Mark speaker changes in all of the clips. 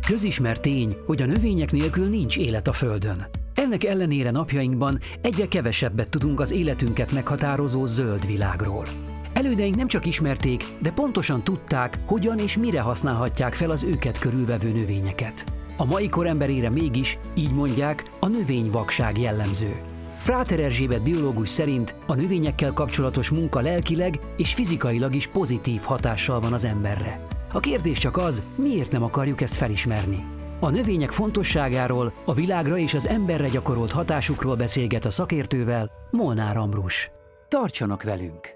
Speaker 1: Közismert tény, hogy a növények nélkül nincs élet a Földön. Ennek ellenére napjainkban egyre kevesebbet tudunk az életünket meghatározó zöld világról. Elődeink nem csak ismerték, de pontosan tudták, hogyan és mire használhatják fel az őket körülvevő növényeket. A mai kor emberére mégis, így mondják, a növényvakság jellemző. Fráter Erzsébet biológus szerint a növényekkel kapcsolatos munka lelkileg és fizikailag is pozitív hatással van az emberre. A kérdés csak az, miért nem akarjuk ezt felismerni. A növények fontosságáról, a világra és az emberre gyakorolt hatásukról beszélget a szakértővel Molnár Ambrus. Tartsanak velünk!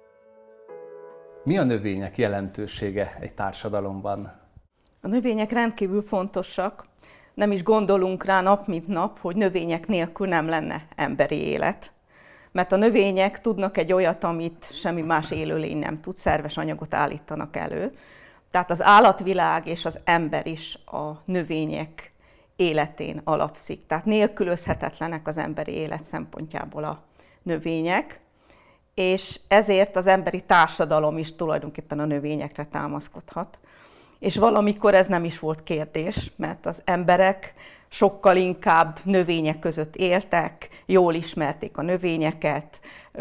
Speaker 2: Mi a növények jelentősége egy társadalomban?
Speaker 3: A növények rendkívül fontosak. Nem is gondolunk rá nap mint nap, hogy növények nélkül nem lenne emberi élet. Mert a növények tudnak egy olyat, amit semmi más élőlény nem tud, szerves anyagot állítanak elő. Tehát az állatvilág és az ember is a növények életén alapszik. Tehát nélkülözhetetlenek az emberi élet szempontjából a növények, és ezért az emberi társadalom is tulajdonképpen a növényekre támaszkodhat. És valamikor ez nem is volt kérdés, mert az emberek sokkal inkább növények között éltek, jól ismerték a növényeket,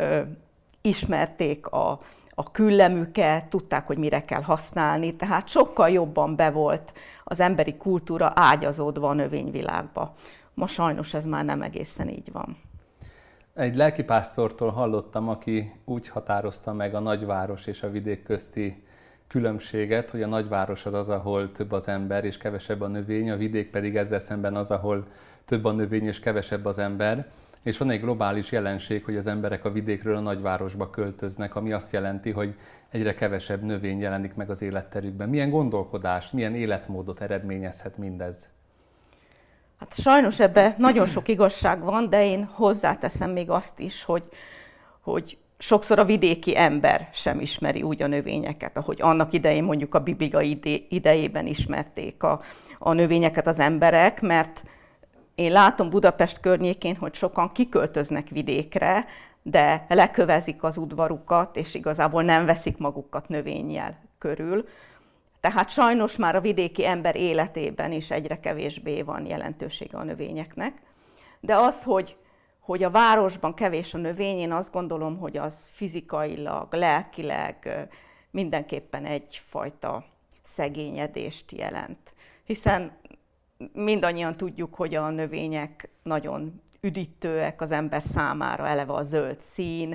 Speaker 3: ismerték a küllemüket, tudták, hogy mire kell használni, tehát sokkal jobban be volt az emberi kultúra ágyazódva a növényvilágba. Ma sajnos ez már nem egészen így van.
Speaker 2: Egy lelkipásztortól hallottam, aki úgy határozta meg a nagyváros és a vidék közti különbséget, hogy a nagyváros az, ahol több az ember és kevesebb a növény, a vidék pedig ezzel szemben az, ahol több a növény és kevesebb az ember. És van egy globális jelenség, hogy az emberek a vidékről a nagyvárosba költöznek, ami azt jelenti, hogy egyre kevesebb növény jelenik meg az életterükben. Milyen gondolkodást, milyen életmódot eredményezhet mindez?
Speaker 3: Hát sajnos ebben nagyon sok igazság van, de én hozzáteszem még azt is, hogy sokszor a vidéki ember sem ismeri úgy a növényeket, ahogy annak idején mondjuk a Biblia idejében ismerték a növényeket az emberek, mert én látom Budapest környékén, hogy sokan kiköltöznek vidékre, de lekövezik az udvarukat, és igazából nem veszik magukat növényjel körül. Tehát sajnos már a vidéki ember életében is egyre kevésbé van jelentősége a növényeknek. De az, hogy a városban kevés a növény, én azt gondolom, hogy az fizikailag, lelkileg mindenképpen egyfajta szegényedést jelent. Hiszen mindannyian tudjuk, hogy a növények nagyon üdítőek az ember számára, eleve a zöld szín,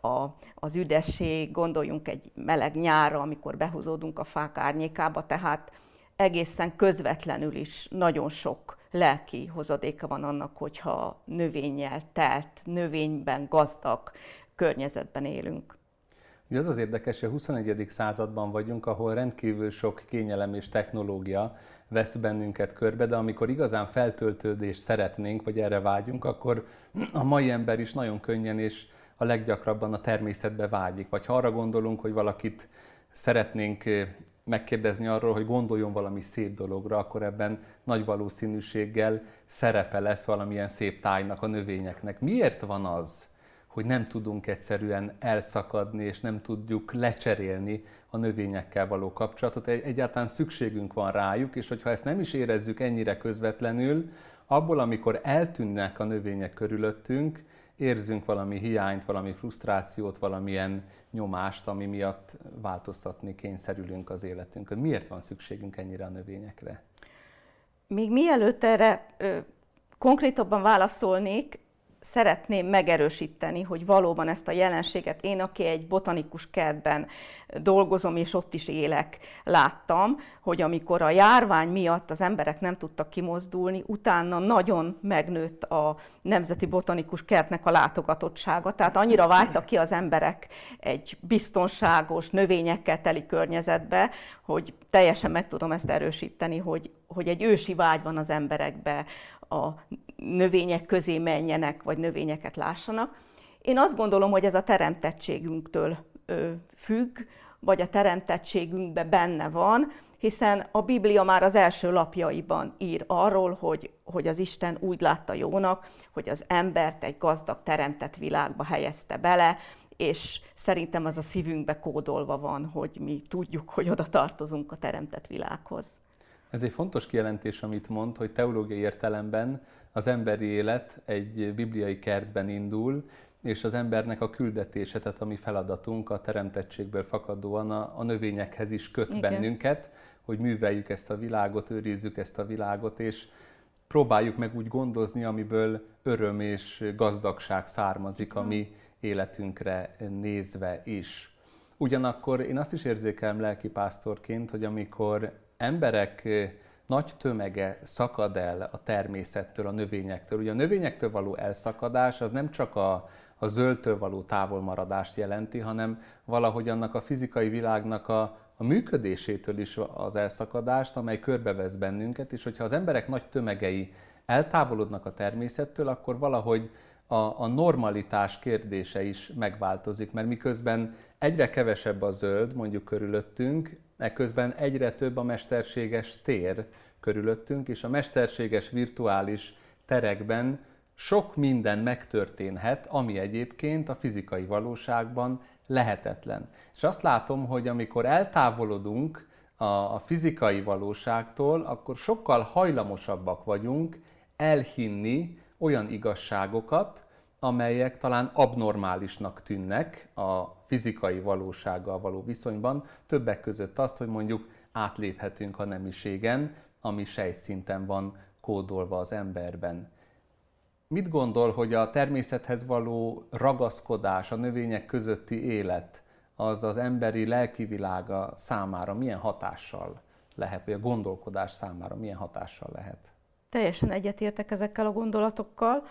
Speaker 3: az üdesség, gondoljunk egy meleg nyárra, amikor behúzódunk a fák árnyékába, tehát egészen közvetlenül is nagyon sok lelki hozadéka van annak, hogyha növényel telt, növényben gazdag környezetben élünk.
Speaker 2: Ugye az érdekes, hogy a 21. században vagyunk, ahol rendkívül sok kényelem és technológia vesz bennünket körbe, de amikor igazán feltöltődést szeretnénk, vagy erre vágyunk, akkor a mai ember is nagyon könnyen és a leggyakrabban a természetbe vágyik. Vagy ha arra gondolunk, hogy valakit szeretnénk megkérdezni arról, hogy gondoljon valami szép dologra, akkor ebben nagy valószínűséggel szerepe lesz valamilyen szép tájnak, a növényeknek. Miért van az, hogy nem tudunk egyszerűen elszakadni, és nem tudjuk lecserélni a növényekkel való kapcsolatot? Egyáltalán szükségünk van rájuk, és hogyha ezt nem is érezzük ennyire közvetlenül, abból, amikor eltűnnek a növények körülöttünk, érzünk valami hiányt, valami frusztrációt, valamilyen nyomást, ami miatt változtatni kényszerülünk az életünkön. Miért van szükségünk ennyire a növényekre?
Speaker 3: Még mielőtt erre konkrétabban válaszolnék, szeretném megerősíteni, hogy valóban ezt a jelenséget én, aki egy botanikus kertben dolgozom, és ott is élek, láttam, hogy amikor a járvány miatt az emberek nem tudtak kimozdulni, utána nagyon megnőtt a Nemzeti Botanikus Kertnek a látogatottsága. Tehát annyira vágytak ki az emberek egy biztonságos, növényekkel teli környezetbe, hogy teljesen meg tudom ezt erősíteni, hogy egy ősi vágy van az emberekbe, a növények közé menjenek, vagy növényeket lássanak. Én azt gondolom, hogy ez a teremtettségünktől függ, vagy a teremtettségünkben benne van, hiszen a Biblia már az első lapjaiban ír arról, hogy az Isten úgy látta jónak, hogy az embert egy gazdag teremtett világba helyezte bele, és szerintem az a szívünkbe kódolva van, hogy mi tudjuk, hogy oda tartozunk a teremtett világhoz.
Speaker 2: Ez egy fontos kijelentés, amit mond, hogy teológiai értelemben az emberi élet egy bibliai kertben indul, és az embernek a küldetése, tehát a mi feladatunk a teremtettségből fakadóan a növényekhez is köt
Speaker 3: Igen.
Speaker 2: bennünket, hogy műveljük ezt a világot, őrizzük ezt a világot, és próbáljuk meg úgy gondozni, amiből öröm és gazdagság származik a mi életünkre nézve is. Ugyanakkor én azt is érzékelem lelkipásztorként, hogy amikor emberek nagy tömege szakad el a természettől, a növényektől. Ugye a növényektől való elszakadás az nem csak a zöldtől való távolmaradást jelenti, hanem valahogy annak a fizikai világnak a működésétől is az elszakadást, amely körbevesz bennünket, és hogyha az emberek nagy tömegei eltávolodnak a természettől, akkor valahogy a normalitás kérdése is megváltozik, mert miközben egyre kevesebb a zöld, mondjuk körülöttünk, ekközben egyre több a mesterséges tér körülöttünk, és a mesterséges virtuális terekben sok minden megtörténhet, ami egyébként a fizikai valóságban lehetetlen. És azt látom, hogy amikor eltávolodunk a fizikai valóságtól, akkor sokkal hajlamosabbak vagyunk elhinni olyan igazságokat, amelyek talán abnormálisnak tűnnek a fizikai valósággal való viszonyban, többek között azt, hogy mondjuk átléphetünk a nemiségen, ami sejtszinten van kódolva az emberben. Mit gondol, hogy a természethez való ragaszkodás, a növények közötti élet, az az emberi lelkivilága számára milyen hatással lehet, vagy a gondolkodás számára milyen hatással lehet?
Speaker 3: Teljesen egyetértek ezekkel a gondolatokkal.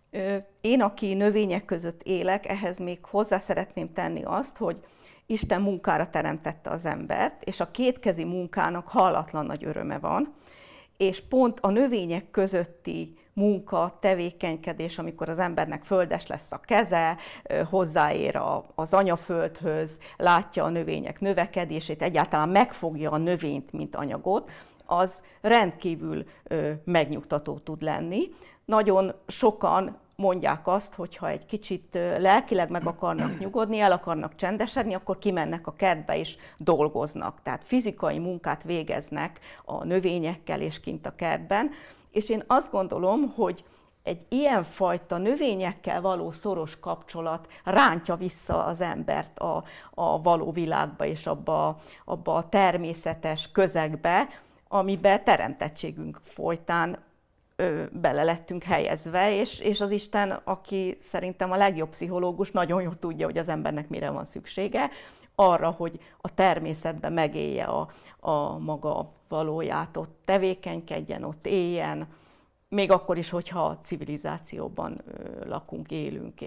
Speaker 3: Én, aki növények között élek, ehhez még hozzá szeretném tenni azt, hogy Isten munkára teremtette az embert, és a kétkezi munkának hallatlan nagy öröme van, és pont a növények közötti munka, tevékenykedés, amikor az embernek földes lesz a keze, hozzáér az anyaföldhöz, látja a növények növekedését, egyáltalán megfogja a növényt, mint anyagot, az rendkívül megnyugtató tud lenni. Nagyon sokan mondják azt, hogy ha egy kicsit lelkileg meg akarnak nyugodni, el akarnak csendesedni, akkor kimennek a kertbe és dolgoznak. Tehát fizikai munkát végeznek a növényekkel és kint a kertben. És én azt gondolom, hogy egy ilyenfajta növényekkel való szoros kapcsolat rántja vissza az embert a való világba és abba a természetes közegbe, amiben teremtettségünk folytán bele lettünk helyezve, és az Isten, aki szerintem a legjobb pszichológus, nagyon jól tudja, hogy az embernek mire van szüksége, arra, hogy a természetben megélje a maga valóját, ott tevékenykedjen, ott éljen, még akkor is, hogyha civilizációban lakunk, élünk,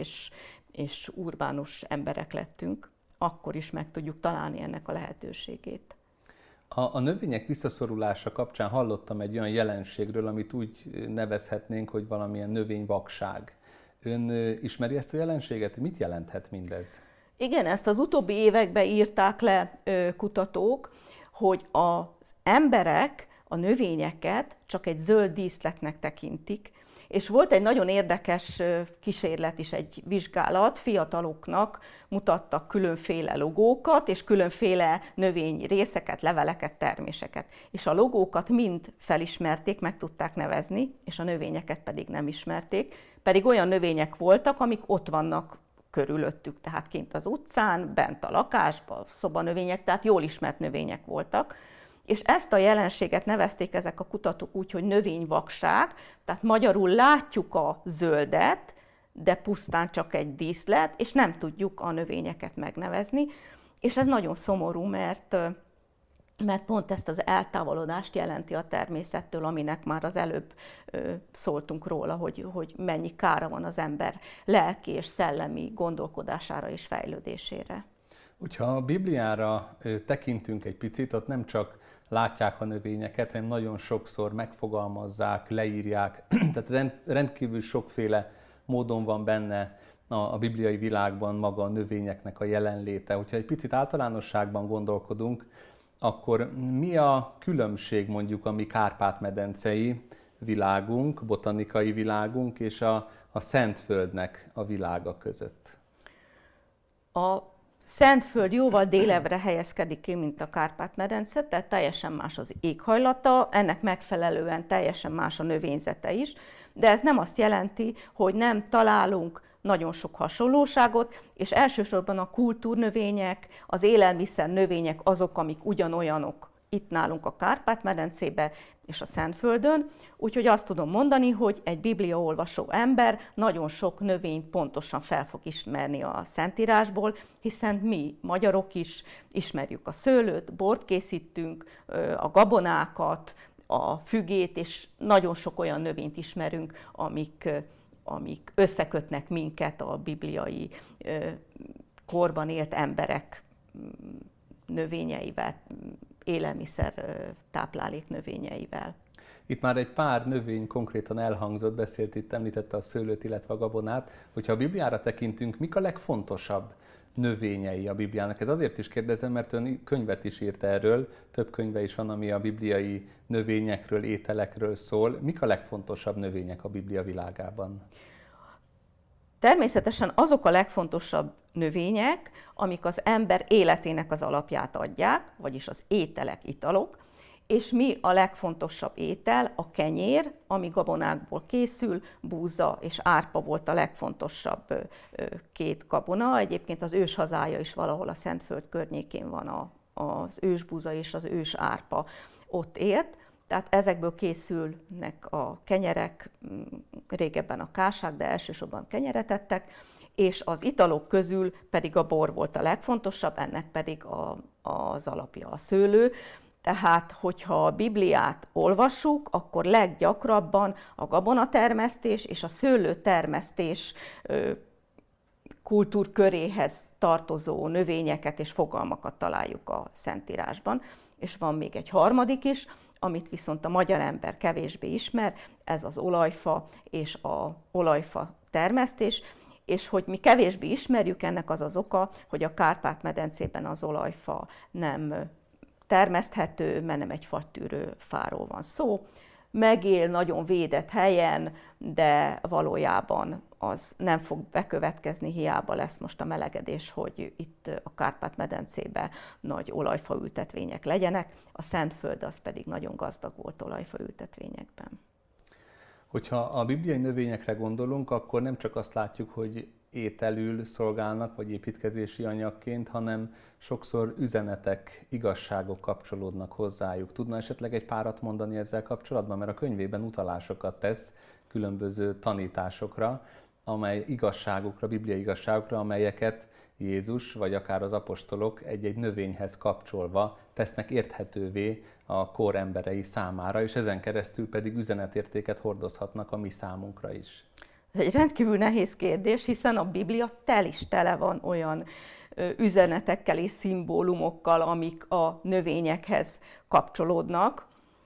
Speaker 3: és urbánus emberek lettünk, akkor is meg tudjuk találni ennek a lehetőségét.
Speaker 2: A növények visszaszorulása kapcsán hallottam egy olyan jelenségről, amit úgy nevezhetnénk, hogy valamilyen növényvakság. Ön ismeri ezt a jelenséget? Mit jelenthet mindez?
Speaker 3: Igen, ezt az utóbbi években írták le kutatók, hogy az emberek a növényeket csak egy zöld díszletnek tekintik, és volt egy nagyon érdekes kísérlet is, egy vizsgálat, fiataloknak mutattak különféle logókat, és különféle növényi részeket, leveleket, terméseket. És a logókat mind felismerték, meg tudták nevezni, és a növényeket pedig nem ismerték, pedig olyan növények voltak, amik ott vannak körülöttük, tehát kint az utcán, bent a lakásban, szobanövények, tehát jól ismert növények voltak. És ezt a jelenséget nevezték ezek a kutatók úgy, hogy növényvakság, tehát magyarul látjuk a zöldet, de pusztán csak egy díszlet, és nem tudjuk a növényeket megnevezni. És ez nagyon szomorú, mert pont ezt az eltávolodást jelenti a természettől, aminek már az előbb szóltunk róla, hogy mennyi kára van az ember lelki és szellemi gondolkodására és fejlődésére.
Speaker 2: Hogyha a Bibliára tekintünk egy picit, ott nem csak látják a növényeket, hanem nagyon sokszor megfogalmazzák, leírják, tehát rendkívül sokféle módon van benne a bibliai világban maga a növényeknek a jelenléte. Hogyha egy picit általánosságban gondolkodunk, akkor mi a különbség mondjuk a mi Kárpát-medencei világunk, botanikai világunk és a Szentföldnek a világa között?
Speaker 3: A Szentföld jóval délebbre helyezkedik ki, mint a Kárpát-medence, tehát teljesen más az éghajlata, ennek megfelelően teljesen más a növényzete is, de ez nem azt jelenti, hogy nem találunk nagyon sok hasonlóságot, és elsősorban a kultúrnövények, az élelmiszer növények azok, amik ugyanolyanok itt nálunk a Kárpát-medencébe és a Szentföldön, úgyhogy azt tudom mondani, hogy egy bibliaolvasó ember nagyon sok növényt pontosan fel fog ismerni a Szentírásból, hiszen mi magyarok is ismerjük a szőlőt, bort készítünk, a gabonákat, a fügét, és nagyon sok olyan növényt ismerünk, amik összekötnek minket a bibliai korban élt emberek növényeivel, élelmiszer táplálék növényeivel.
Speaker 2: Itt már egy pár növény konkrétan elhangzott, beszélt itt, említette a szőlőt, illetve a gabonát. Hogyha a Bibliára tekintünk, mik a legfontosabb növényei a Bibliának? Ez azért is kérdezem, mert ön könyvet is írt erről, több könyve is van, ami a bibliai növényekről, ételekről szól. Mik a legfontosabb növények a Biblia világában?
Speaker 3: Természetesen azok a legfontosabb növények, amik az ember életének az alapját adják, vagyis az ételek, italok, és mi a legfontosabb étel? A kenyér, ami gabonákból készül, búza és árpa volt a legfontosabb két gabona. Egyébként az ős hazája is valahol a Szentföld környékén van az ősbúza és az ős árpa ott élt. Tehát ezekből készülnek a kenyerek, régebben a kásák, de elsősorban kenyeret ettek, és az italok közül pedig a bor volt a legfontosabb, ennek pedig az alapja a szőlő. Tehát, hogyha a Bibliát olvassuk, akkor leggyakrabban a gabonatermesztés és a szőlőtermesztés kultúrköréhez tartozó növényeket és fogalmakat találjuk a Szentírásban. És van még egy harmadik is, amit viszont a magyar ember kevésbé ismer, ez az olajfa és az olajfa termesztés, és hogy mi kevésbé ismerjük, ennek az az oka, hogy a Kárpát-medencében az olajfa nem termeszthető, mert nem egy fagytűrő fáról van szó. Megél nagyon védett helyen, de valójában az nem fog bekövetkezni, hiába lesz most a melegedés, hogy itt a Kárpát-medencében nagy olajfaültetvények legyenek. A Szentföld az pedig nagyon gazdag volt olajfaültetvényekben.
Speaker 2: Hogyha a bibliai növényekre gondolunk, akkor nem csak azt látjuk, hogy ételül szolgálnak, vagy építkezési anyagként, hanem sokszor üzenetek, igazságok kapcsolódnak hozzájuk. Tudna esetleg egy párat mondani ezzel kapcsolatban? Mert a könyvében utalásokat tesz különböző tanításokra, amely igazságokra, bibliai igazságokra, amelyeket Jézus, vagy akár az apostolok egy-egy növényhez kapcsolva tesznek érthetővé a kor emberei számára, és ezen keresztül pedig üzenetértéket hordozhatnak a mi számunkra is.
Speaker 3: Ez egy rendkívül nehéz kérdés, hiszen a Biblia tele van olyan üzenetekkel és szimbólumokkal, amik a növényekhez kapcsolódnak,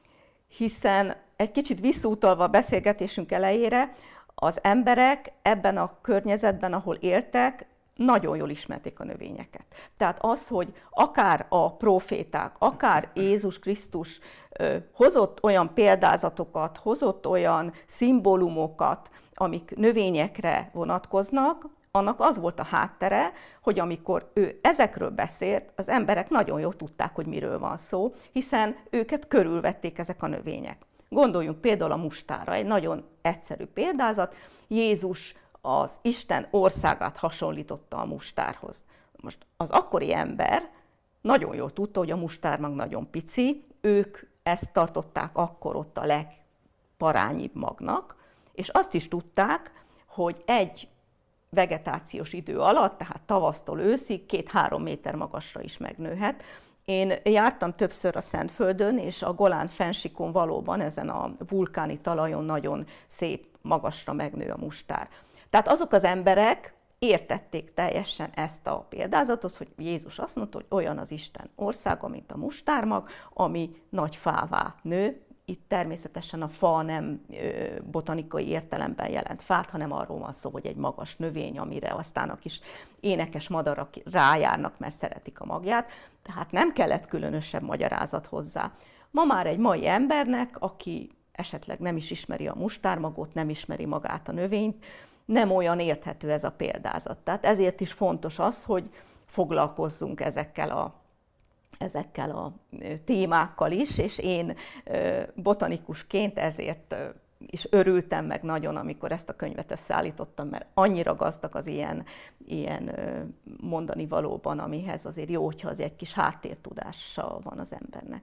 Speaker 3: hiszen egy kicsit visszautalva a beszélgetésünk elejére, az emberek ebben a környezetben, ahol éltek, nagyon jól ismerték a növényeket. Tehát az, hogy akár a proféták, akár Jézus Krisztus hozott olyan példázatokat, hozott olyan szimbólumokat, amik növényekre vonatkoznak, annak az volt a háttere, hogy amikor ő ezekről beszélt, az emberek nagyon jól tudták, hogy miről van szó, hiszen őket körülvették ezek a növények. Gondoljunk például a mustára, egy nagyon egyszerű példázat. Jézus az Isten országát hasonlította a mustárhoz. Most az akkori ember nagyon jól tudta, hogy a mustármag nagyon pici, ők ezt tartották akkor ott a legparányibb magnak, és azt is tudták, hogy egy vegetációs idő alatt, tehát tavasztól őszig 2-3 méter magasra is megnőhet. Én jártam többször a Szentföldön, és a Golán fennsíkon valóban ezen a vulkáni talajon nagyon szép magasra megnő a mustár. Tehát azok az emberek értették teljesen ezt a példázatot, hogy Jézus azt mondta, hogy olyan az Isten országa, mint a mustármag, ami nagy fává nő. Itt természetesen a fa nem botanikai értelemben jelent fát, hanem arról van szó, hogy egy magas növény, amire aztán a kis énekes madarak rájárnak, mert szeretik a magját. Tehát nem kellett különösebb magyarázat hozzá. Ma már egy mai embernek, aki esetleg nem is ismeri a mustármagot, nem ismeri magát a növényt, nem olyan érthető ez a példázat. Tehát ezért is fontos az, hogy foglalkozzunk ezekkel a témákkal is, és én botanikusként ezért is örültem meg nagyon, amikor ezt a könyvet összeállítottam, mert annyira gazdag az ilyen mondani valóban, amihez azért jó, hogyha az egy kis háttértudással van az embernek.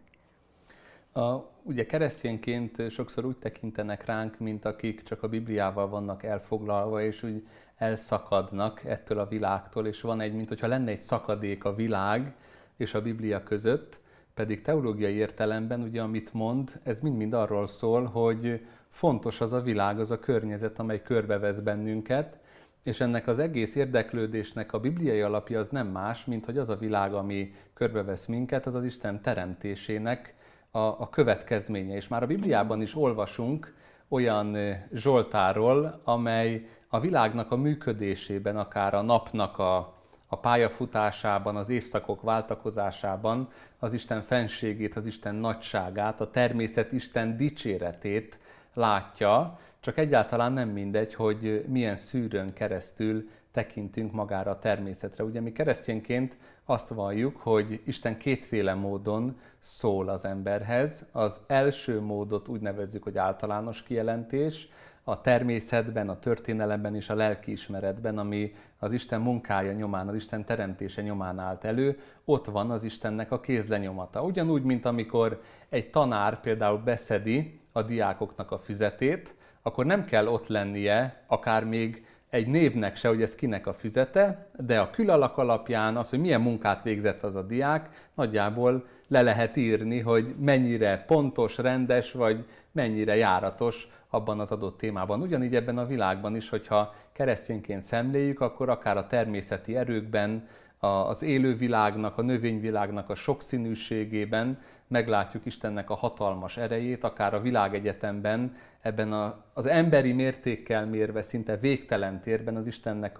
Speaker 2: Ugye keresztényként sokszor úgy tekintenek ránk, mint akik csak a Bibliával vannak elfoglalva, és úgy elszakadnak ettől a világtól, és van mint hogyha lenne egy szakadék a világ és a Biblia között, pedig teológiai értelemben, ugye amit mond, ez mind-mind arról szól, hogy fontos az a világ, az a környezet, amely körbevesz bennünket, és ennek az egész érdeklődésnek a bibliai alapja az nem más, mint hogy az a világ, ami körbevesz minket, az az Isten teremtésének a következménye. És már a Bibliában is olvasunk olyan Zsoltárról, amely a világnak a működésében, akár a napnak a pályafutásában, az évszakok váltakozásában az Isten fenségét, az Isten nagyságát, a természet Isten dicséretét látja, csak egyáltalán nem mindegy, hogy milyen szűrőn keresztül tekintünk magára a természetre. Ugye mi keresztényként azt valljuk, hogy Isten kétféle módon szól az emberhez. Az első módot úgy nevezzük, hogy általános kijelentés, a természetben, a történelemben és a lelkiismeretben, ami az Isten munkája nyomán, az Isten teremtése nyomán állt elő, ott van az Istennek a kézlenyomata. Ugyanúgy, mint amikor egy tanár például beszedi a diákoknak a füzetét, akkor nem kell ott lennie, akár még egy névnek se, hogy ez kinek a füzete, de a külalak alapján az, hogy milyen munkát végzett az a diák, nagyjából le lehet írni, hogy mennyire pontos, rendes, vagy mennyire járatos abban az adott témában. Ugyanígy ebben a világban is, hogyha keresztényként szemléljük, akkor akár a természeti erőkben, az élővilágnak, a növényvilágnak a sokszínűségében meglátjuk Istennek a hatalmas erejét, akár a világegyetemben, ebben az emberi mértékkel mérve szinte végtelen térben az Istennek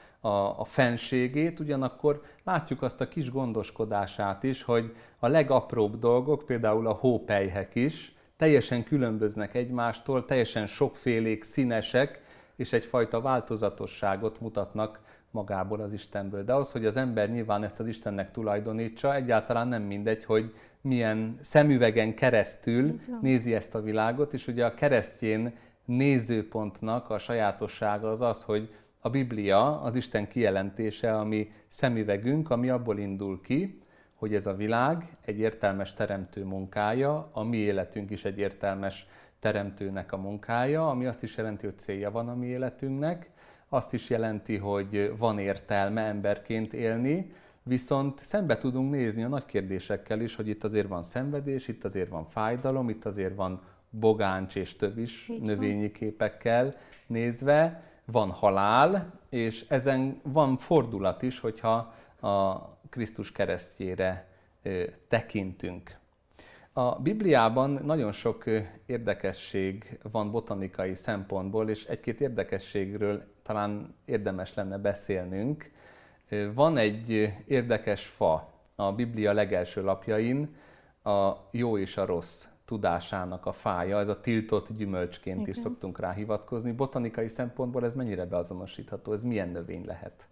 Speaker 2: a fenségét, ugyanakkor látjuk azt a kis gondoskodását is, hogy a legapróbb dolgok, például a hópelyhek is, teljesen különböznek egymástól, teljesen sokfélék, színesek, és egyfajta változatosságot mutatnak magából az Istenből. De az, hogy az ember nyilván ezt az Istennek tulajdonítsa, egyáltalán nem mindegy, hogy milyen szemüvegen keresztül nézi ezt a világot, és ugye a keresztény nézőpontnak a sajátossága az az, hogy a Biblia az Isten kijelentése, ami szemüvegünk, ami abból indul ki, hogy ez a világ egy értelmes teremtő munkája, a mi életünk is egy értelmes teremtőnek a munkája, ami azt is jelenti, hogy célja van a mi életünknek, azt is jelenti, hogy van értelme emberként élni, viszont szembe tudunk nézni a nagy kérdésekkel is, hogy itt azért van szenvedés, itt azért van fájdalom, itt azért van bogáncs és több is növényi képekkel nézve, van halál, és ezen van fordulat is, hogyha a Krisztus keresztjére tekintünk. A Bibliában nagyon sok érdekesség van botanikai szempontból, és egy-két érdekességről talán érdemes lenne beszélnünk. Van egy érdekes fa a Biblia legelső lapjain, a jó és a rossz tudásának a fája, ez a tiltott gyümölcsként is szoktunk rá hivatkozni. Botanikai szempontból ez mennyire beazonosítható, ez milyen növény lehet?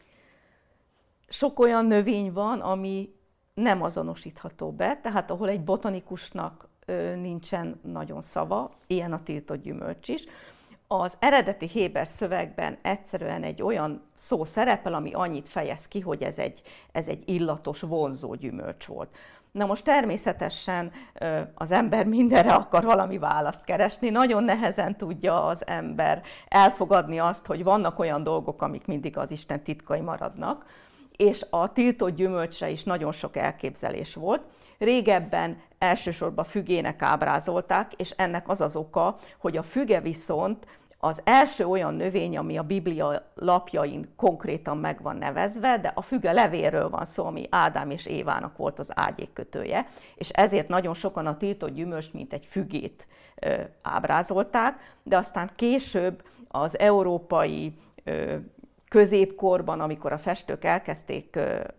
Speaker 3: Sok olyan növény van, ami nem azonosítható be, tehát ahol egy botanikusnak nincsen nagyon szava, ilyen a tiltott gyümölcs is. Az eredeti héber szövegben egyszerűen egy olyan szó szerepel, ami annyit fejez ki, hogy ez egy illatos, vonzó gyümölcs volt. Na most természetesen az ember mindenre akar valami választ keresni, nagyon nehezen tudja az ember elfogadni azt, hogy vannak olyan dolgok, amik mindig az Isten titkai maradnak, és a tiltott gyümölcsre is nagyon sok elképzelés volt. Régebben elsősorban fügének ábrázolták, és ennek az az oka, hogy a füge viszont az első olyan növény, ami a Biblia lapjain konkrétan meg van nevezve, de a füge levéről van szó, ami Ádám és Évának volt az ágyékkötője, és ezért nagyon sokan a tiltott gyümölcs, mint egy fügét ábrázolták, de aztán később az európai középkorban, amikor a festők elkezdték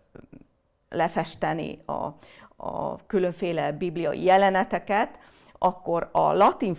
Speaker 3: lefesteni a különféle bibliai jeleneteket, akkor a latin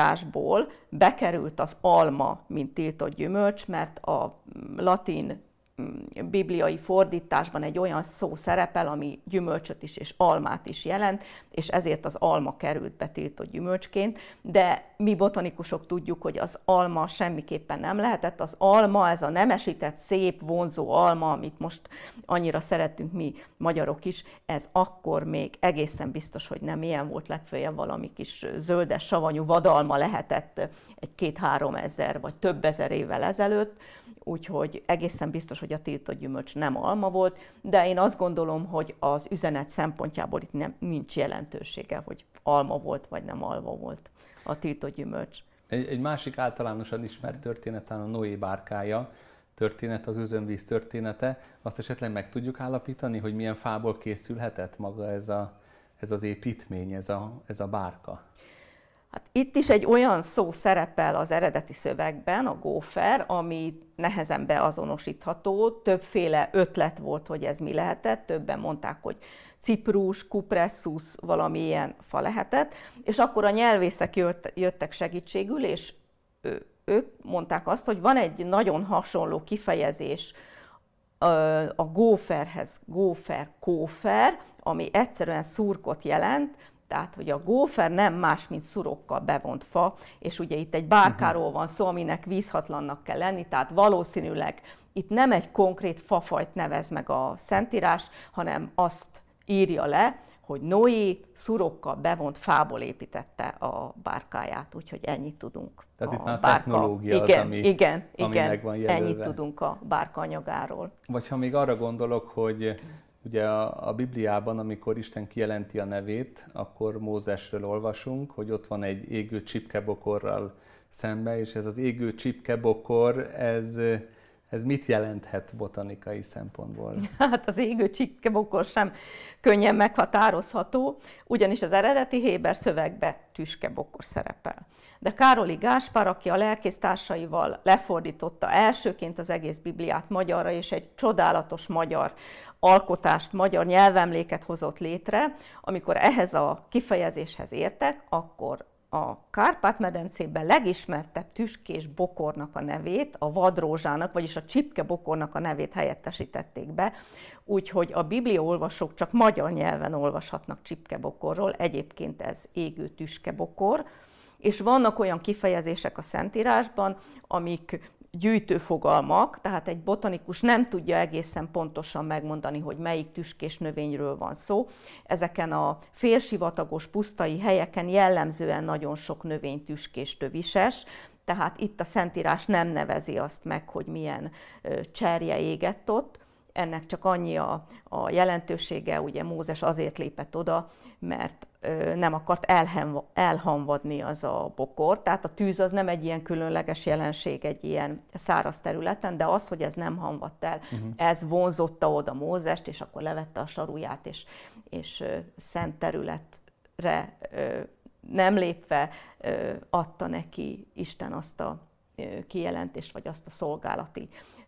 Speaker 3: fordításból bekerült az alma, mint tiltott gyümölcs, mert a latin bibliai fordításban egy olyan szó szerepel, ami gyümölcsöt is és almát is jelent, és ezért az alma került be tiltott gyümölcsként, de mi botanikusok tudjuk, hogy az alma semmiképpen nem lehetett. Az alma, ez a nemesített, szép, vonzó alma, amit most annyira szeretünk mi magyarok is, ez akkor még egészen biztos, hogy nem ilyen volt, legfeljebb valami kis zöldes, savanyú vadalma lehetett egy 2-3 ezer vagy több ezer évvel ezelőtt, úgyhogy egészen biztos, hogy a tiltott gyümölcs nem alma volt, de én azt gondolom, hogy az üzenet szempontjából itt nincs jelentősége, hogy alma volt vagy nem alma volt a tiltott gyümölcs.
Speaker 2: Egy másik általánosan ismert történet a Noé bárkája történet, az özönvíz története. Azt esetleg meg tudjuk állapítani, hogy milyen fából készülhetett maga ez az építmény, ez a bárka?
Speaker 3: Hát itt is egy olyan szó szerepel az eredeti szövegben, a gófer, ami nehezen beazonosítható. Többféle ötlet volt, hogy ez mi lehetett. Többen mondták, hogy ciprus, kupressus, valami ilyen fa lehetett. És akkor a nyelvészek jöttek segítségül, és ők mondták azt, hogy van egy nagyon hasonló kifejezés a góferhez, gófer-kófer, ami egyszerűen szurkot jelent, tehát, hogy a gófer nem más, mint szurokkal bevont fa, és ugye itt egy bárkáról van szó, aminek vízhatlannak kell lenni, tehát valószínűleg itt nem egy konkrét fafajt nevez meg a Szentírás, hanem azt írja le, hogy Noé szurokkal bevont fából építette a bárkáját, úgyhogy ennyit tudunk.
Speaker 2: Tehát itt már a technológia az, ami meg van jelölve.
Speaker 3: Ennyit tudunk a bárka anyagáról.
Speaker 2: Vagy ha még arra gondolok, hogy ugye a Bibliában, amikor Isten kijelenti a nevét, akkor Mózesről olvasunk, hogy ott van egy égő csipkebokorral szembe, és ez az égő csipkebokor, ez mit jelenthet botanikai szempontból?
Speaker 3: Hát az égő csipkebokor sem könnyen meghatározható, ugyanis az eredeti héber szövegbe tüskebokor szerepel. De Károli Gáspár, aki a lelkésztársaival lefordította elsőként az egész Bibliát magyarra, és egy csodálatos magyar alkotást, magyar nyelvemléket hozott létre, amikor ehhez a kifejezéshez értek, akkor a Kárpát-medencében legismertebb tüskés bokornak a nevét, a vadrózsának, vagyis a csipkebokornak a nevét helyettesítették be, úgyhogy a bibliaolvasók csak magyar nyelven olvashatnak csipkebokorról, egyébként ez égő tüskebokor, és vannak olyan kifejezések a Szentírásban, amik gyűjtőfogalmak, tehát egy botanikus nem tudja egészen pontosan megmondani, hogy melyik tüskés növényről van szó. Ezeken a félsivatagos, pusztai helyeken jellemzően nagyon sok növény tüskés, tövises, tehát itt a Szentírás nem nevezi azt meg, hogy milyen cserje égett ott. Ennek csak annyi a jelentősége, ugye Mózes azért lépett oda, mert nem akart elhamvadni az a bokor. Tehát a tűz az nem egy ilyen különleges jelenség egy ilyen száraz területen, de az, hogy ez nem hamvadt el, ez vonzotta oda Mózest, és akkor levette a saruját, és szent területre nem lépve adta neki Isten azt a kijelentést, vagy azt a szolgálati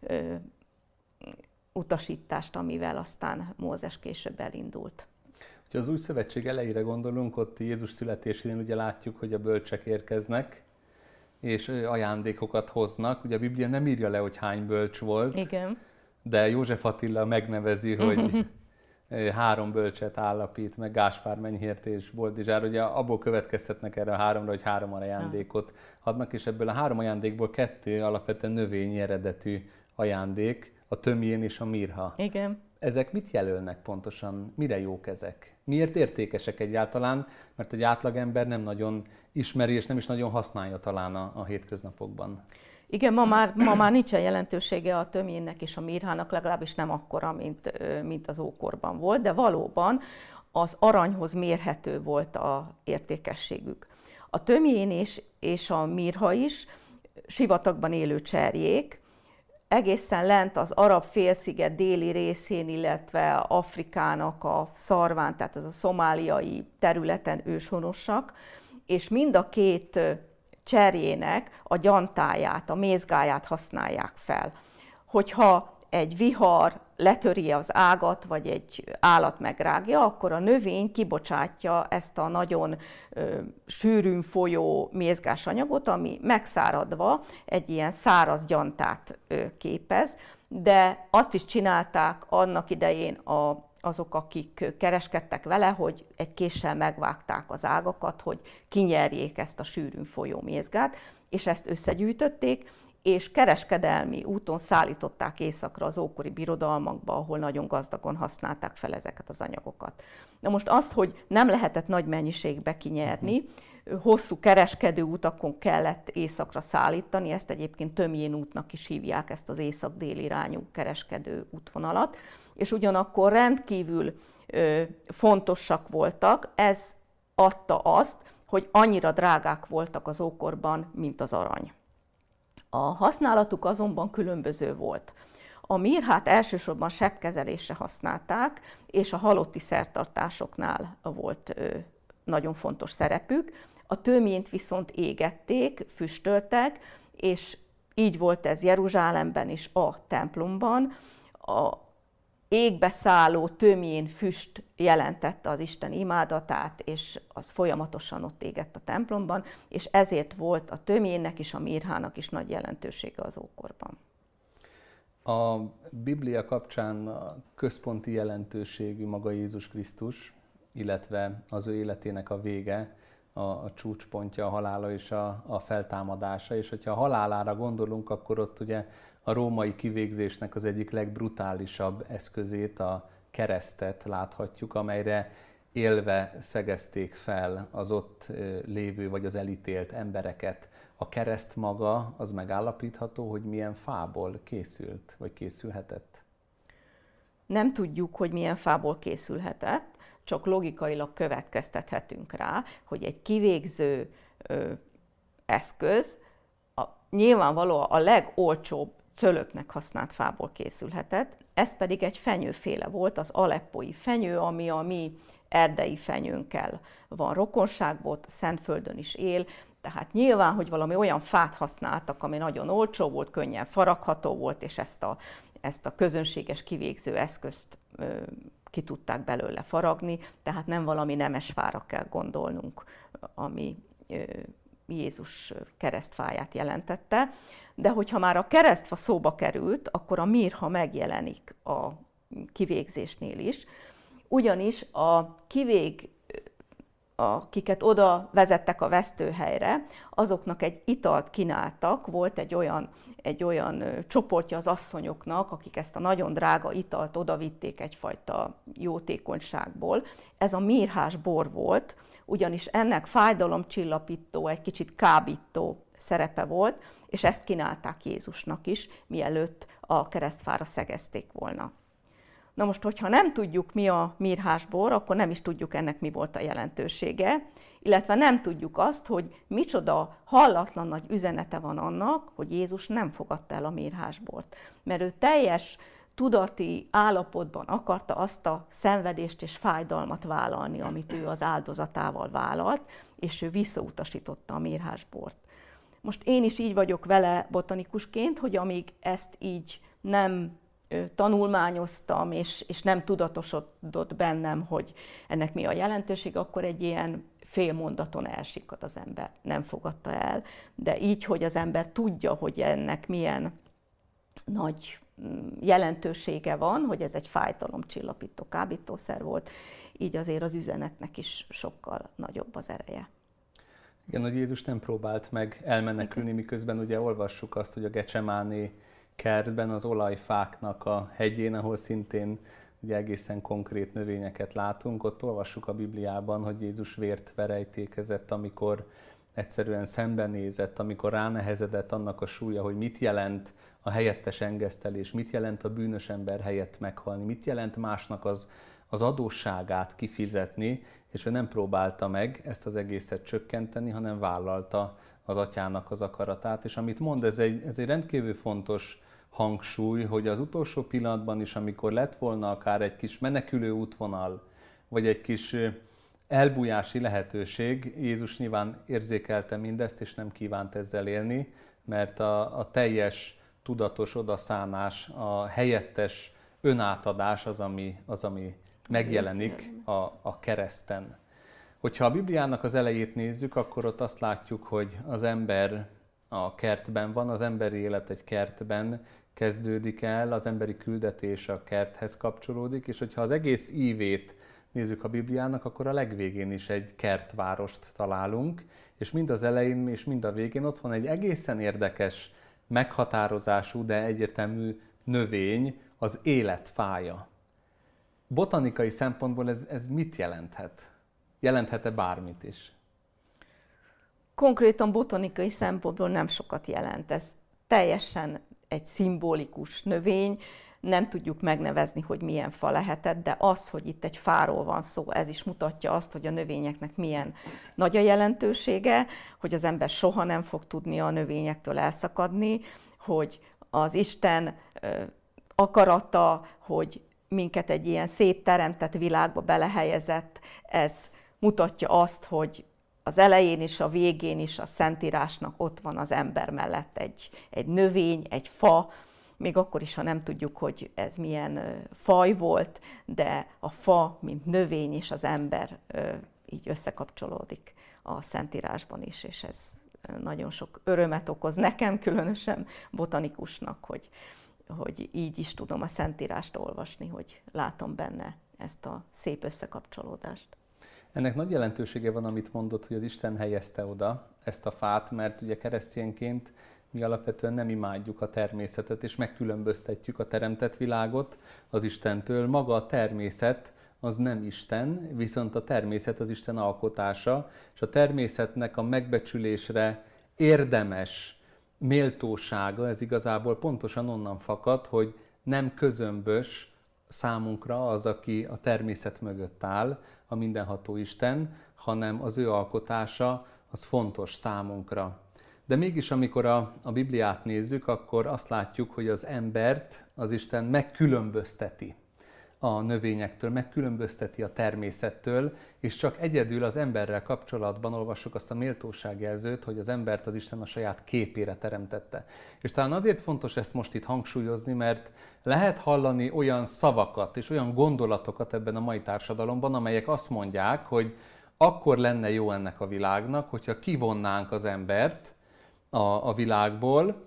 Speaker 3: utasítást, amivel aztán Mózes később elindult.
Speaker 2: Ha az új szövetség elejére gondolunk, ott Jézus születésén ugye látjuk, hogy a bölcsek érkeznek, és ajándékokat hoznak. Ugye a Biblia nem írja le, hogy hány bölcs volt,
Speaker 3: igen,
Speaker 2: de József Attila megnevezi, hogy 3 bölcset állapít, meg Gáspár, Menyhért és Boldizsár. Ugye abból következtetnek erre a 3-ra, hogy 3 ajándékot adnak, és ebből a 3 ajándékból 2 alapvetően növényi eredetű ajándék, a tömjén és a mirha.
Speaker 3: igen.
Speaker 2: Ezek mit jelölnek pontosan? Mire jók ezek? Miért értékesek egyáltalán? Mert egy átlagember nem nagyon ismeri, és nem is nagyon használja talán a hétköznapokban.
Speaker 3: Igen, ma már nincsen jelentősége a tömjénnek és a mirhának, legalábbis nem akkora, mint az ókorban volt, de valóban az aranyhoz mérhető volt az értékességük. A tömjén és a mirha is sivatagban élő cserjék, egészen lent az Arab-félsziget déli részén, illetve Afrikának a szarván, tehát ez a szomáliai területen őshonosak, és mind a 2 cserjének a gyantáját, a mézgáját használják fel. Hogyha egy vihar letöri az ágat, vagy egy állat megrágja, akkor a növény kibocsátja ezt a nagyon sűrűn folyó mézgás anyagot, ami megszáradva egy ilyen száraz gyantát képez, de azt is csinálták annak idején azok, akik kereskedtek vele, hogy egy késsel megvágták az ágakat, hogy kinyerjék ezt a sűrűn folyó mézgát, és ezt összegyűjtötték, és kereskedelmi úton szállították északra az ókori birodalmakba, ahol nagyon gazdagon használták fel ezeket az anyagokat. Na most az, hogy nem lehetett nagy mennyiségbe kinyerni, hosszú kereskedő utakon kellett északra szállítani, ezt egyébként Tömjén útnak is hívják, ezt az észak-déli irányú kereskedő útvonalat, és ugyanakkor rendkívül fontosak voltak, ez adta azt, hogy annyira drágák voltak az ókorban, mint az arany. A használatuk azonban különböző volt. A mirhát elsősorban sebkezelésre használták, és a halotti szertartásoknál volt nagyon fontos szerepük. A tömjént viszont égették, füstöltek, és így volt ez Jeruzsálemben is a templomban. A égbe szálló tömjén füst jelentette az Isten imádatát, és az folyamatosan ott égett a templomban, és ezért volt a tömjénnek és a mirhának is nagy jelentősége az ókorban.
Speaker 2: A Biblia kapcsán a központi jelentőségű maga Jézus Krisztus, illetve az ő életének a vége, a csúcspontja, a halála és a feltámadása, és hogyha a halálára gondolunk, akkor ott ugye a római kivégzésnek az egyik legbrutálisabb eszközét, a keresztet láthatjuk, amelyre élve szegezték fel az ott lévő vagy az elítélt embereket. A kereszt maga az megállapítható, hogy milyen fából készült, vagy készülhetett?
Speaker 3: Nem tudjuk, hogy milyen fából készülhetett, csak logikailag következtethetünk rá, hogy egy kivégző eszköz nyilvánvalóan a legolcsóbb cölöpnek használt fából készülhetett, ez pedig egy fenyőféle volt, az aleppói fenyő, ami a mi erdei fenyőnkkel van rokonságban, Szentföldön is él, tehát nyilván, hogy valami olyan fát használtak, ami nagyon olcsó volt, könnyen faragható volt, és ezt a közönséges kivégző eszközt ki tudták belőle faragni, tehát nem valami nemes fára kell gondolnunk, ami Jézus keresztfáját jelentette. De hogyha már a keresztfa szóba került, akkor a mirha megjelenik a kivégzésnél is, ugyanis akiket oda vezettek a vesztőhelyre, azoknak egy italt kínáltak, volt egy olyan csoportja az asszonyoknak, akik ezt a nagyon drága italt odavitték egyfajta jótékonyságból. Ez a mirhás bor volt, ugyanis ennek fájdalomcsillapító, egy kicsit kábító szerepe volt, és ezt kínálták Jézusnak is, mielőtt a keresztfára szegezték volna. Na most, hogyha nem tudjuk, mi a mirhás bor, akkor nem is tudjuk ennek mi volt a jelentősége, illetve nem tudjuk azt, hogy micsoda hallatlan nagy üzenete van annak, hogy Jézus nem fogadta el a mirhás bort. Mert ő teljes tudati állapotban akarta azt a szenvedést és fájdalmat vállalni, amit ő az áldozatával vállalt, és ő visszautasította a mirhás bort. Most én is így vagyok vele botanikusként, hogy amíg ezt így nem tanulmányoztam, és nem tudatosodott bennem, hogy ennek mi a jelentőség, akkor egy ilyen fél mondaton elsikad az ember, nem fogadta el. De így, hogy az ember tudja, hogy ennek milyen nagy jelentősége van, hogy ez egy fájdalomcsillapító kábítószer volt, így azért az üzenetnek is sokkal nagyobb az ereje.
Speaker 2: Igen, hogy Jézus nem próbált meg elmenekülni, miközben ugye olvassuk azt, hogy a Gecsemáné kertben, az olajfáknak a hegyén, ahol szintén ugye egészen konkrét növényeket látunk, ott olvassuk a Bibliában, hogy Jézus vért verejtékezett, amikor egyszerűen szembenézett, amikor ránehezedett annak a súlya, hogy mit jelent a helyettes engesztelés, mit jelent a bűnös ember helyett meghalni, mit jelent másnak az adósságát kifizetni, és ő nem próbálta meg ezt az egészet csökkenteni, hanem vállalta az atyának az akaratát. És amit mond, ez egy rendkívül fontos hangsúly, hogy az utolsó pillanatban is, amikor lett volna akár egy kis menekülő útvonal, vagy egy kis elbújási lehetőség, Jézus nyilván érzékelte mindezt, és nem kívánt ezzel élni, mert a teljes tudatos odaszánás, a helyettes önátadás az, ami megjelenik a kereszten. Hogyha a Bibliának az elejét nézzük, akkor ott azt látjuk, hogy az ember a kertben van, az emberi élet egy kertben, kezdődik el, az emberi küldetés a kerthez kapcsolódik, és hogyha az egész ívét nézzük a Bibliának, akkor a legvégén is egy kertvárost találunk, és mind az elején és mind a végén ott van egy egészen érdekes meghatározású, de egyértelmű növény, az életfája. Botanikai szempontból ez mit jelenthet? Jelenthet-e bármit is?
Speaker 3: Konkrétan botanikai szempontból nem sokat jelent. Ez teljesen egy szimbolikus növény, nem tudjuk megnevezni, hogy milyen fa lehetett, de az, hogy itt egy fáról van szó, ez is mutatja azt, hogy a növényeknek milyen nagy a jelentősége, hogy az ember soha nem fog tudni a növényektől elszakadni, hogy az Isten akarata, hogy minket egy ilyen szép teremtett világba belehelyezett, ez mutatja azt, hogy az elején is, a végén is a Szentírásnak ott van az ember mellett egy növény, egy fa, még akkor is, ha nem tudjuk, hogy ez milyen faj volt, de a fa, mint növény és az ember így összekapcsolódik a Szentírásban is, és ez nagyon sok örömet okoz nekem, különösen botanikusnak, hogy így is tudom a Szentírást olvasni, hogy látom benne ezt a szép összekapcsolódást.
Speaker 2: Ennek nagy jelentősége van, amit mondott, hogy az Isten helyezte oda ezt a fát, mert ugye keresztényként mi alapvetően nem imádjuk a természetet, és megkülönböztetjük a teremtett világot az Istentől. Maga a természet az nem Isten, viszont a természet az Isten alkotása, és a természetnek a megbecsülésre érdemes méltósága, ez igazából pontosan onnan fakad, hogy nem közömbös számunkra az, aki a természet mögött áll, a mindenható Isten, hanem az ő alkotása az fontos számunkra. De mégis, amikor a Bibliát nézzük, akkor azt látjuk, hogy az embert az Isten megkülönbözteti a növényektől, megkülönbözteti a természettől, és csak egyedül az emberrel kapcsolatban olvassuk azt a méltóságjelzőt, hogy az embert az Isten a saját képére teremtette. És talán azért fontos ezt most itt hangsúlyozni, mert lehet hallani olyan szavakat és olyan gondolatokat ebben a mai társadalomban, amelyek azt mondják, hogy akkor lenne jó ennek a világnak, hogyha kivonnánk az embert a világból,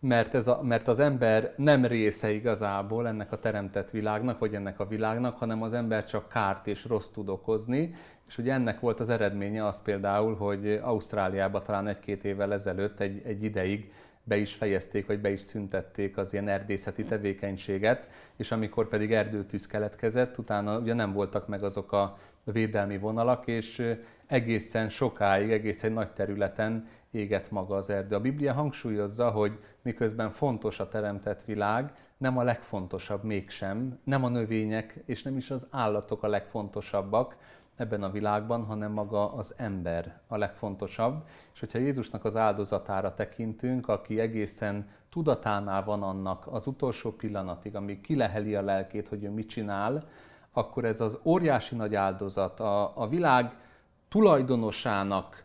Speaker 2: mert az ember nem része igazából ennek a teremtett világnak, vagy ennek a világnak, hanem az ember csak kárt és rossz tud okozni. És ugye ennek volt az eredménye az például, hogy Ausztráliában talán 1-2 évvel ezelőtt egy ideig be is fejezték, vagy be is szüntették az ilyen erdészeti tevékenységet, és amikor pedig erdőtűz keletkezett, utána ugye nem voltak meg azok a védelmi vonalak, és egészen sokáig, egészen nagy területen égett maga az erdő. A Biblia hangsúlyozza, hogy miközben fontos a teremtett világ, nem a legfontosabb mégsem, nem a növények és nem is az állatok a legfontosabbak ebben a világban, hanem maga az ember a legfontosabb. És hogyha Jézusnak az áldozatára tekintünk, aki egészen tudatánál van annak az utolsó pillanatig, amíg kileheli a lelkét, hogy ő mit csinál, akkor ez az óriási nagy áldozat, a világ tulajdonosának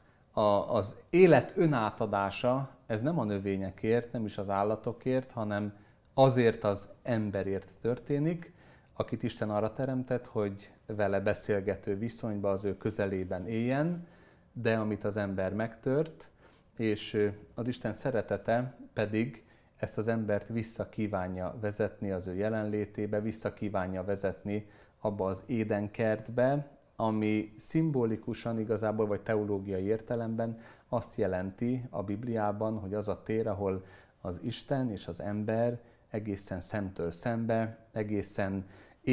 Speaker 2: az élet önátadása, ez nem a növényekért, nem is az állatokért, hanem azért az emberért történik, akit Isten arra teremtett, hogy vele beszélgető viszonyba, az ő közelében éljen, de amit az ember megtört, és az Isten szeretete pedig ezt az embert vissza kívánja vezetni az ő jelenlétébe, vissza kívánja vezetni abba az édenkertbe, ami szimbolikusan igazából, vagy teológiai értelemben azt jelenti a Bibliában, hogy az a tér, ahol az Isten és az ember egészen szemtől szembe, egészen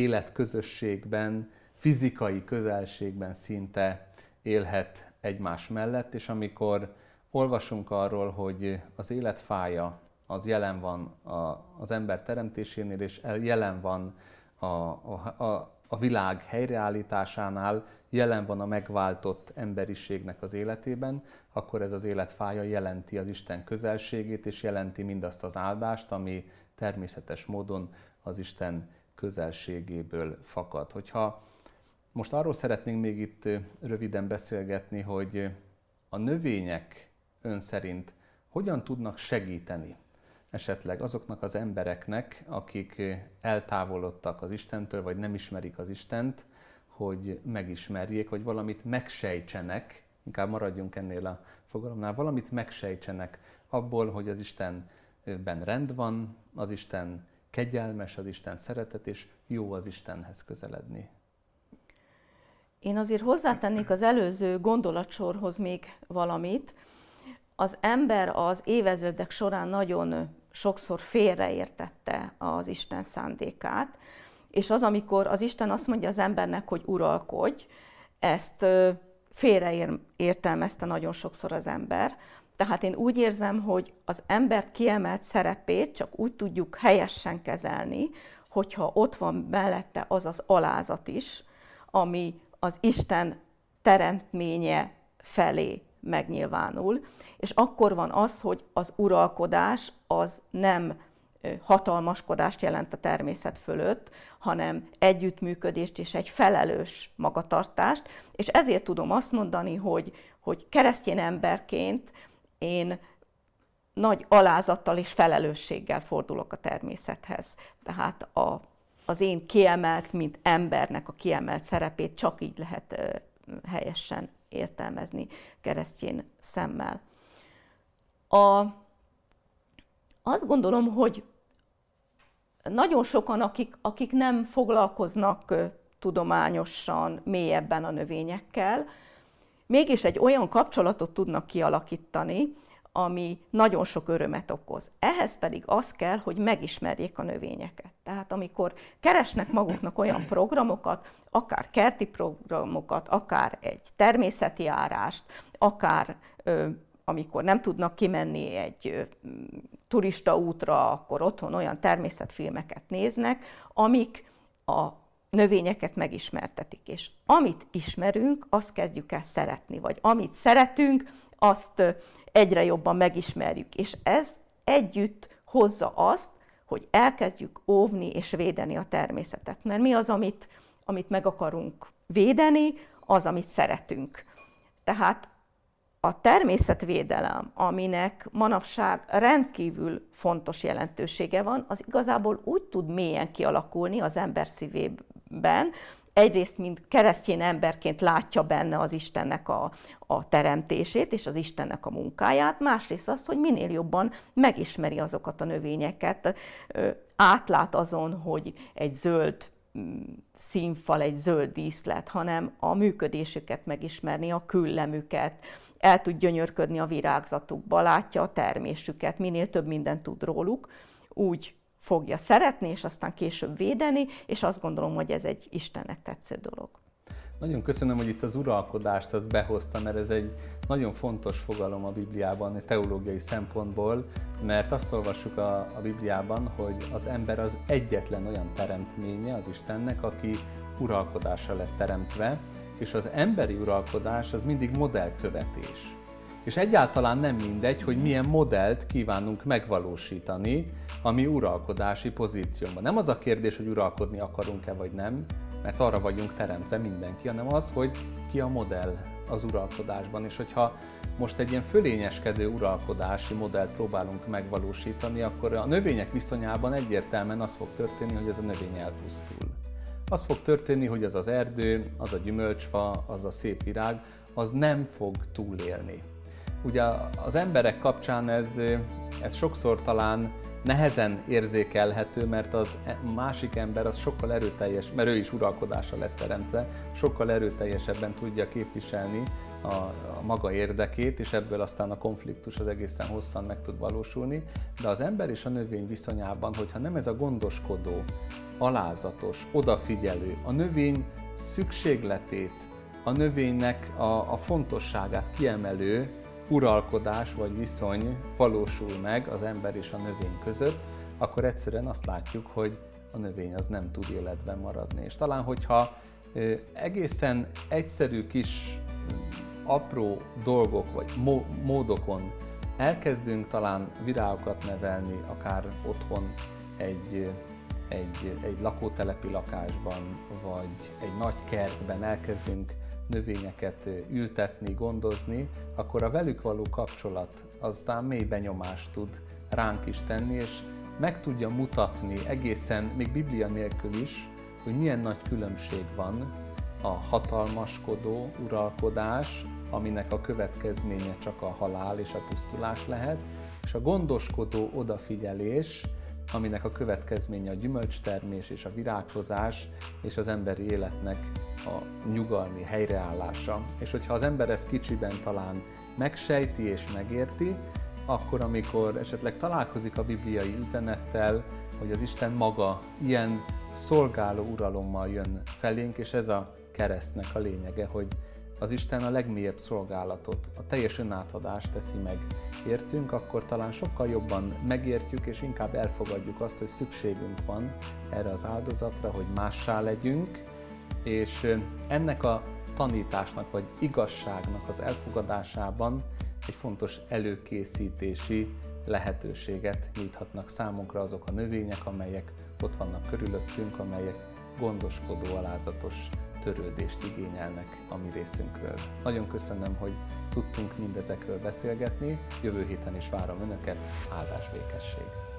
Speaker 2: életközösségben, fizikai közelségben szinte élhet egymás mellett, és amikor olvasunk arról, hogy az életfája az jelen van az ember teremtésénél, és jelen van a világ helyreállításánál, jelen van a megváltott emberiségnek az életében, akkor ez az életfája jelenti az Isten közelségét, és jelenti mindazt az áldást, ami természetes módon az Isten közelségéből fakad. Hogyha most arról szeretnénk még itt röviden beszélgetni, hogy a növények ön szerint hogyan tudnak segíteni esetleg azoknak az embereknek, akik eltávolodtak az Istentől, vagy nem ismerik az Istent, hogy megismerjék, vagy valamit megsejtsenek, inkább maradjunk ennél a fogalomnál, valamit megsejtsenek abból, hogy az Isten rend van, az Isten kegyelmes, az Isten szeretet, és jó az Istenhez közeledni.
Speaker 3: Én azért hozzátennék az előző gondolatsorhoz még valamit. Az ember az évezredek során nagyon sokszor félreértette az Isten szándékát, és az, amikor az Isten azt mondja az embernek, hogy uralkodj, ezt félreértelmezte nagyon sokszor az ember. Tehát én úgy érzem, hogy az ember kiemelt szerepét csak úgy tudjuk helyesen kezelni, hogyha ott van mellette az az alázat is, ami az Isten teremtménye felé megnyilvánul, és akkor van az, hogy az uralkodás az nem hatalmaskodást jelent a természet fölött, hanem együttműködést és egy felelős magatartást, és ezért tudom azt mondani, hogy keresztény emberként én nagy alázattal és felelősséggel fordulok a természethez. Tehát az én kiemelt, mint embernek a kiemelt szerepét csak így lehet helyesen értelmezni keresztény szemmel. Azt gondolom, hogy nagyon sokan, akik nem foglalkoznak tudományosan, mélyebben a növényekkel, mégis egy olyan kapcsolatot tudnak kialakítani, ami nagyon sok örömet okoz. Ehhez pedig az kell, hogy megismerjék a növényeket. Tehát amikor keresnek maguknak olyan programokat, akár kerti programokat, akár egy természeti járást, akár amikor nem tudnak kimenni egy turista útra, akkor otthon olyan természetfilmeket néznek, amik a növényeket megismertetik. És amit ismerünk, azt kezdjük el szeretni, vagy amit szeretünk, azt egyre jobban megismerjük. És ez együtt hozza azt, hogy elkezdjük óvni és védeni a természetet. Mert mi az, amit meg akarunk védeni, az, amit szeretünk. Tehát a természetvédelem, aminek manapság rendkívül fontos jelentősége van, az igazából úgy tud mélyen kialakulni az ember szívében, egyrészt, mint keresztény emberként látja benne az Istennek a teremtését és az Istennek a munkáját, másrészt az, hogy minél jobban megismeri azokat a növényeket, átlát azon, hogy egy zöld színfal, egy zöld díszlet, hanem a működésüket megismerni, a küllemüket, el tud gyönyörködni a virágzatukba, látja a termésüket, minél több mindent tud róluk, úgy fogja szeretni, és aztán később védeni, és azt gondolom, hogy ez egy Istennek tetsző dolog.
Speaker 2: Nagyon köszönöm, hogy itt az uralkodást azt behoztam, mert ez egy nagyon fontos fogalom a Bibliában, teológiai szempontból, mert azt olvassuk a Bibliában, hogy az ember az egyetlen olyan teremtménye az Istennek, aki uralkodásra lett teremtve, és az emberi uralkodás az mindig modellkövetés. És egyáltalán nem mindegy, hogy milyen modellt kívánunk megvalósítani a mi uralkodási pozícióban. Nem az a kérdés, hogy uralkodni akarunk-e vagy nem, mert arra vagyunk teremtve mindenki, hanem az, hogy ki a modell az uralkodásban. És hogyha most egy ilyen fölényeskedő uralkodási modellt próbálunk megvalósítani, akkor a növények viszonyában egyértelműen az fog történni, hogy ez a növény elpusztul. Az fog történni, hogy az az erdő, az a gyümölcsfa, az a szép virág, az nem fog túlélni. Ugye az emberek kapcsán ez sokszor talán nehezen érzékelhető, mert az másik ember az sokkal erőteljes, mert ő is uralkodásra lett teremtve, sokkal erőteljesebben tudja képviselni a maga érdekét, és ebből aztán a konfliktus az egészen hosszan meg tud valósulni. De az ember és a növény viszonyában, hogyha nem ez a gondoskodó, alázatos, odafigyelő, a növény szükségletét, a növénynek a fontosságát kiemelő uralkodás vagy viszony valósul meg az ember és a növény között, akkor egyszerűen azt látjuk, hogy a növény az nem tud életben maradni. És talán, hogyha egészen egyszerű kis apró dolgok vagy módokon elkezdünk talán virágokat nevelni, akár otthon egy lakótelepi lakásban, vagy egy nagy kertben elkezdünk növényeket ültetni, gondozni, akkor a velük való kapcsolat aztán mély benyomást tud ránk is tenni, és meg tudja mutatni egészen, még Biblia nélkül is, hogy milyen nagy különbség van a hatalmaskodó uralkodás aminek a következménye csak a halál és a pusztulás lehet, és a gondoskodó odafigyelés, aminek a következménye a gyümölcstermés és a virágzás és az emberi életnek a nyugalmi helyreállása. És hogyha az ember ezt kicsiben talán megsejti és megérti, akkor amikor esetleg találkozik a bibliai üzenettel, hogy az Isten maga ilyen szolgáló uralommal jön felénk, és ez a keresztnek a lényege, hogy az Isten a legmélyebb szolgálatot, a teljes önátadást teszi meg értünk, akkor talán sokkal jobban megértjük, és inkább elfogadjuk azt, hogy szükségünk van erre az áldozatra, hogy mássá legyünk, és ennek a tanításnak vagy igazságnak az elfogadásában egy fontos előkészítési lehetőséget nyújthatnak számunkra azok a növények, amelyek ott vannak körülöttünk, amelyek gondoskodó, alázatos törődést igényelnek a mi részünkről. Nagyon köszönöm, hogy tudtunk mindezekről beszélgetni, jövő héten is várom Önöket, áldás békesség!